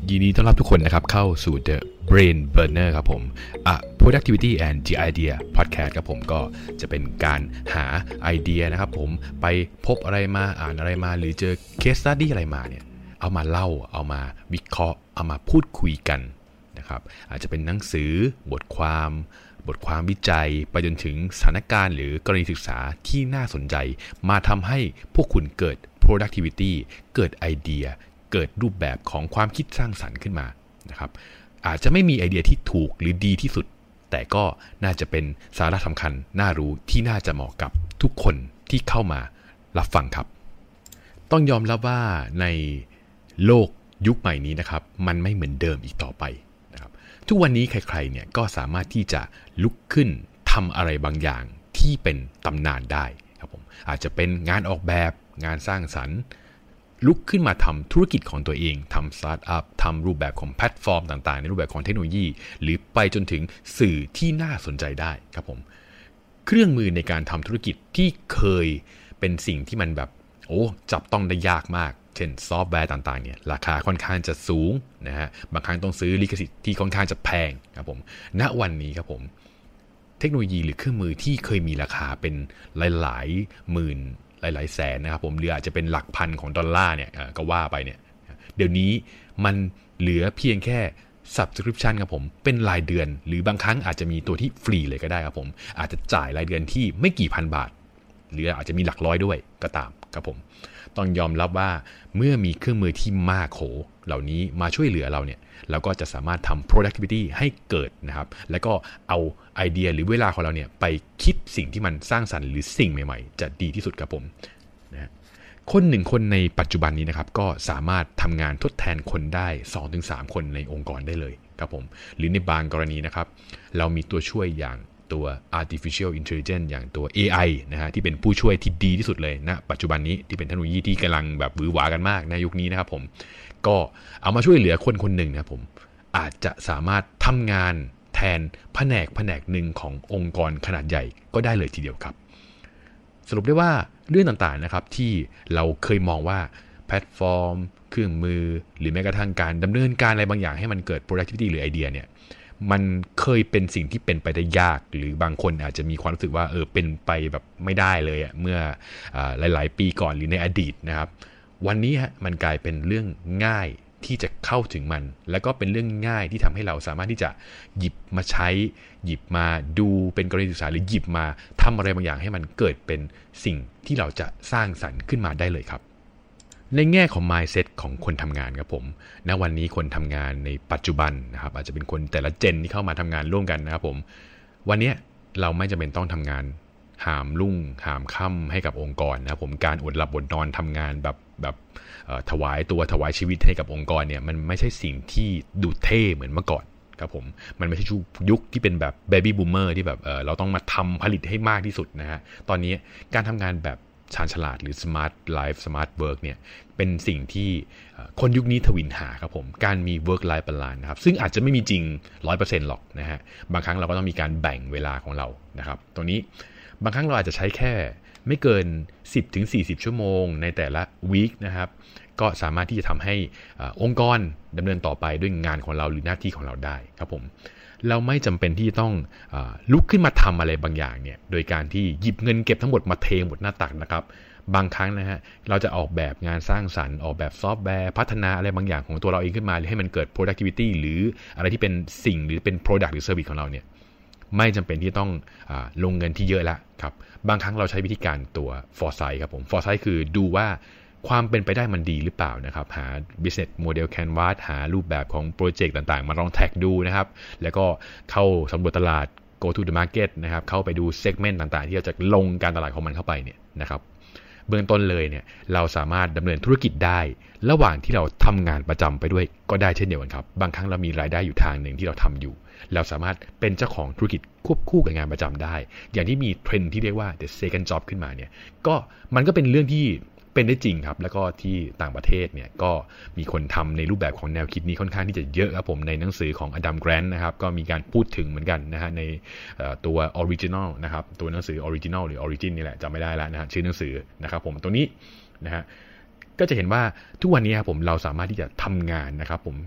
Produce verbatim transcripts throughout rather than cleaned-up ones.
ยินดีต้อนรับทุกคนนะครับเข้าสู่ The Brain Burner ครับผมอ่ะ Productivity and The Idea Podcast ครับผมก็จะเป็นการหาไอเดียนะครับผมไปพบอะไรมาอ่านอะไรมาหรือเจอ case study อะไรมาเนี่ยเอามาเล่าเอามาวิเคราะห์เอามาพูดคุยกันนะครับอาจจะเป็นหนังสือบทความบทความวิจัยไปจนถึงสถานการณ์หรือกรณีศึกษาที่น่าสนใจมาทำให้พวกคุณเกิด productivity เกิดไอเดียเกิดรูปแบบของความคิดสร้างสรรค์ขึ้นมานะครับอาจจะไม่มีไอเดียที่ถูกหรือดีที่สุดแต่ก็น่าจะเป็นสาระสำคัญน่ารู้ที่น่าจะเหมาะกับทุกคนที่เข้ามารับฟังครับต้องยอมรับว่าในโลกยุคใหม่นี้นะครับมันไม่เหมือนเดิมอีกต่อไปนะครับทุกวันนี้ใครๆเนี่ยก็สามารถที่จะลุกขึ้นทำอะไรบางอย่างที่เป็นตำนานได้ครับผมอาจจะเป็นงานออกแบบงานสร้างสรรค์ลุกขึ้นมาทำธุรกิจของตัวเองทำสตาร์ทอัพทำรูปแบบของแพลตฟอร์มต่างๆในรูปแบบของเทคโนโลยีหรือไปจนถึงสื่อที่น่าสนใจได้ครับผมเครื่องมือในการทำธุรกิจที่เคยเป็นสิ่งที่มันแบบโอ้จับต้องได้ยากมากเช่นซอฟต์แวร์ต่างๆเนี่ยราคาค่อนข้างจะสูงนะฮะบางครั้งต้องซื้อลิขสิทธิ์ที่ค่อนข้างจะแพงครับผมณวันนี้ครับผมเทคโนโลยีหรือเครื่องมือที่เคยมีราคาเป็นหลายๆหมื่นหลายๆแสนนะครับผมหรืออาจจะเป็นหลักพันของดอลลาร์เนี่ยก็ว่าไปเนี่ยเดี๋ยวนี้มันเหลือเพียงแค่ subscription ครับผมเป็นรายเดือนหรือบางครั้งอาจจะมีตัวที่ฟรีเลยก็ได้ครับผมอาจจะจ่ายรายเดือนที่ไม่กี่พันบาทหรืออาจจะมีหลักร้อยด้วยก็ตามครับผมต้องยอมรับว่าเมื่อมีเครื่องมือที่มากโขเหล่านี้มาช่วยเหลือเราเนี่ยเราก็จะสามารถทำ productivity ให้เกิดนะครับแล้วก็เอาไอเดียหรือเวลาของเราเนี่ยไปคิดสิ่งที่มันสร้างสรรค์หรือสิ่งใหม่ๆจะดีที่สุดครับผมนะคนหนึ่งคนในปัจจุบันนี้นะครับก็สามารถทำงานทดแทนคนได้ สองถึงสาม คนในองค์กรได้เลยครับผมหรือในบางกรณีนะครับเรามีตัวช่วยอย่างตัว artificial intelligence อย่างตัว เอ ไอ นะฮะที่เป็นผู้ช่วยที่ดีที่สุดเลยนะปัจจุบันนี้ที่เป็นเทคโนโลยีที่กำลังแบบหวือหวากันมากในยุคนี้นะครับผมก็เอามาช่วยเหลือคนคนหนึ่งนะครับผมอาจจะสามารถทำงานแทนแผนกแผนกหนึ่งขององค์กรขนาดใหญ่ก็ได้เลยทีเดียวครับสรุปได้ว่าเรื่องต่างๆนะครับที่เราเคยมองว่าแพลตฟอร์มเครื่องมือหรือแม้กระทั่งการดำเนินการอะไรบางอย่างให้มันเกิด productivity หรือไอเดียเนี่ยมันเคยเป็นสิ่งที่เป็นไปได้ยากหรือบางคนอาจจะมีความรู้สึกว่าเออเป็นไปแบบไม่ได้เลยอ่ะเมื่อหลายๆปีก่อนหรือในอดีตนะครับวันนี้ฮะมันกลายเป็นเรื่องง่ายที่จะเข้าถึงมันแล้วก็เป็นเรื่องง่ายที่ทำให้เราสามารถที่จะหยิบมาใช้หยิบมาดูเป็นกรณีศึกษาหรือหยิบมาทำอะไรบางอย่างให้มันเกิดเป็นสิ่งที่เราจะสร้างสรรค์ขึ้นมาได้เลยครับในแง่ของ mindset ของคนทำงานครับผมณวันนี้คนทำงานในปัจจุบันนะครับอาจจะเป็นคนแต่ละเจนที่เข้ามาทำงานร่วมกันนะครับผมวันนี้เราไม่จำเป็นต้องทำงานหามรุ่งหามค่ำให้กับองค์กรนะครับผมการอดหลับอดนอนทำงานแบบแบบถวายตัวถวายชีวิตให้กับองค์กรเนี่ยมันไม่ใช่สิ่งที่ดูเท่เหมือนเมื่อก่อนครับผมมันไม่ใช่ยุคที่เป็นแบบ baby boomer ที่แบบ เ, เราต้องมาทำผลิตให้มากที่สุดนะฮะตอนนี้การทำงานแบบชาญฉลาดหรือ smart life smart work เนี่ยเป็นสิ่งที่คนยุคนี้ทวินหาครับผมการมี work life balance นะครับซึ่งอาจจะไม่มีจริง ร้อยเปอร์เซ็นต์ หรอกนะฮะบางครั้งเราก็ต้องมีการแบ่งเวลาของเรานะครับตรงนี้บางครั้งเราอาจจะใช้แค่ไม่เกิน สิบถึงสี่สิบ ชั่วโมงในแต่ละวีคนะครับก็สามารถที่จะทำให้องค์กรดำเนินต่อไปด้วยงานของเราหรือหน้าที่ของเราได้ครับผมเราไม่จำเป็นที่จะต้องลุกขึ้นมาทำอะไรบางอย่างเนี่ยโดยการที่หยิบเงินเก็บทั้งหมดมาเทหมดหน้าตักนะครับบางครั้งนะฮะเราจะออกแบบงานสร้างสรรค์ออกแบบซอฟต์แวร์พัฒนาอะไรบางอย่างของตัวเราเองขึ้นมาให้มันเกิด productivity หรืออะไรที่เป็นสิ่งหรือเป็น product หรือ service ของเราเนี่ยไม่จำเป็นที่ต้องลงเงินที่เยอะละครับบางครั้งเราใช้วิธีการตัว foresight ครับผม foresight คือดูว่าความเป็นไปได้มันดีหรือเปล่านะครับหา business model canvas หารูปแบบของโปรเจกต์ต่างๆมาลองแท็กดูนะครับแล้วก็เข้าสำรวจตลาด go to the market นะครับเข้าไปดู segment ต่างๆที่เราจะลงการตลาดของมันเข้าไปเนี่ยนะครับเบื้องต้นเลยเนี่ยเราสามารถดำเนินธุรกิจได้ระหว่างที่เราทำงานประจำไปด้วยก็ได้เช่นเดียวกันครับบางครั้งเรามีรายได้อยู่ทางหนึ่งที่เราทำอยู่เราสามารถเป็นเจ้าของธุรกิจควบคู่กับงานประจำได้อย่างที่มีเทรนด์ที่เรียกว่า the second job ขึ้นมาเนี่ยก็มันก็เป็นเรื่องที่เป็นได้จริงครับแล้วก็ที่ต่างประเทศเนี่ยก็มีคนทำในรูปแบบของแนวคิดนี้ค่อนข้างที่จะเยอะครับผมในหนังสือของอดัมแกรนท์นะครับก็มีการพูดถึงเหมือนกันนะฮะในตัว original นะครับตัวหนังสือ original หรือ origin นี่แหละจำไม่ได้แล้วนะฮะชื่อหนังสือนะครับผมตรงนี้นะฮะก็จะเห็นว่าทุกวันนี้ครับผมเราสามารถที่จะทำงานนะครับผม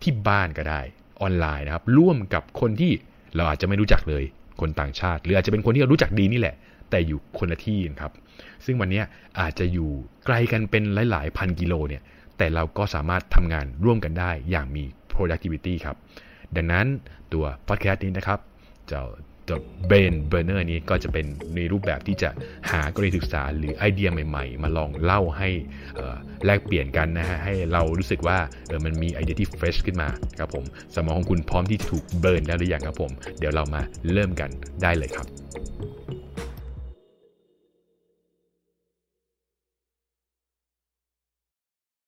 ที่บ้านก็ได้ออนไลน์นะครับร่วมกับคนที่เราอาจจะไม่รู้จักเลยคนต่างชาติหรืออาจจะเป็นคนที่เรารู้จักดีนี่แหละแต่อยู่คนละที่ครับซึ่งวันนี้อาจจะอยู่ไกลกันเป็นหลายๆพันกิโลเนี่ยแต่เราก็สามารถทำงานร่วมกันได้อย่างมี productivity ครับดังนั้นตัว podcast นี้นะครับจะตัว Brain Burner นี้ก็จะเป็นในรูปแบบที่จะหากรณีศึกษาหรือไอเดียใหม่ๆมาลองเล่าให้แลกเปลี่ยนกันนะฮะให้เรารู้สึกว่าเออมันมีไอเดียที่ fresh ขึ้นมาครับผมสมองของคุณพร้อมที่จะถูกเบิร์นแล้วหรือยังครับผมเดี๋ยวเรามาเริ่มกันได้เลยครับ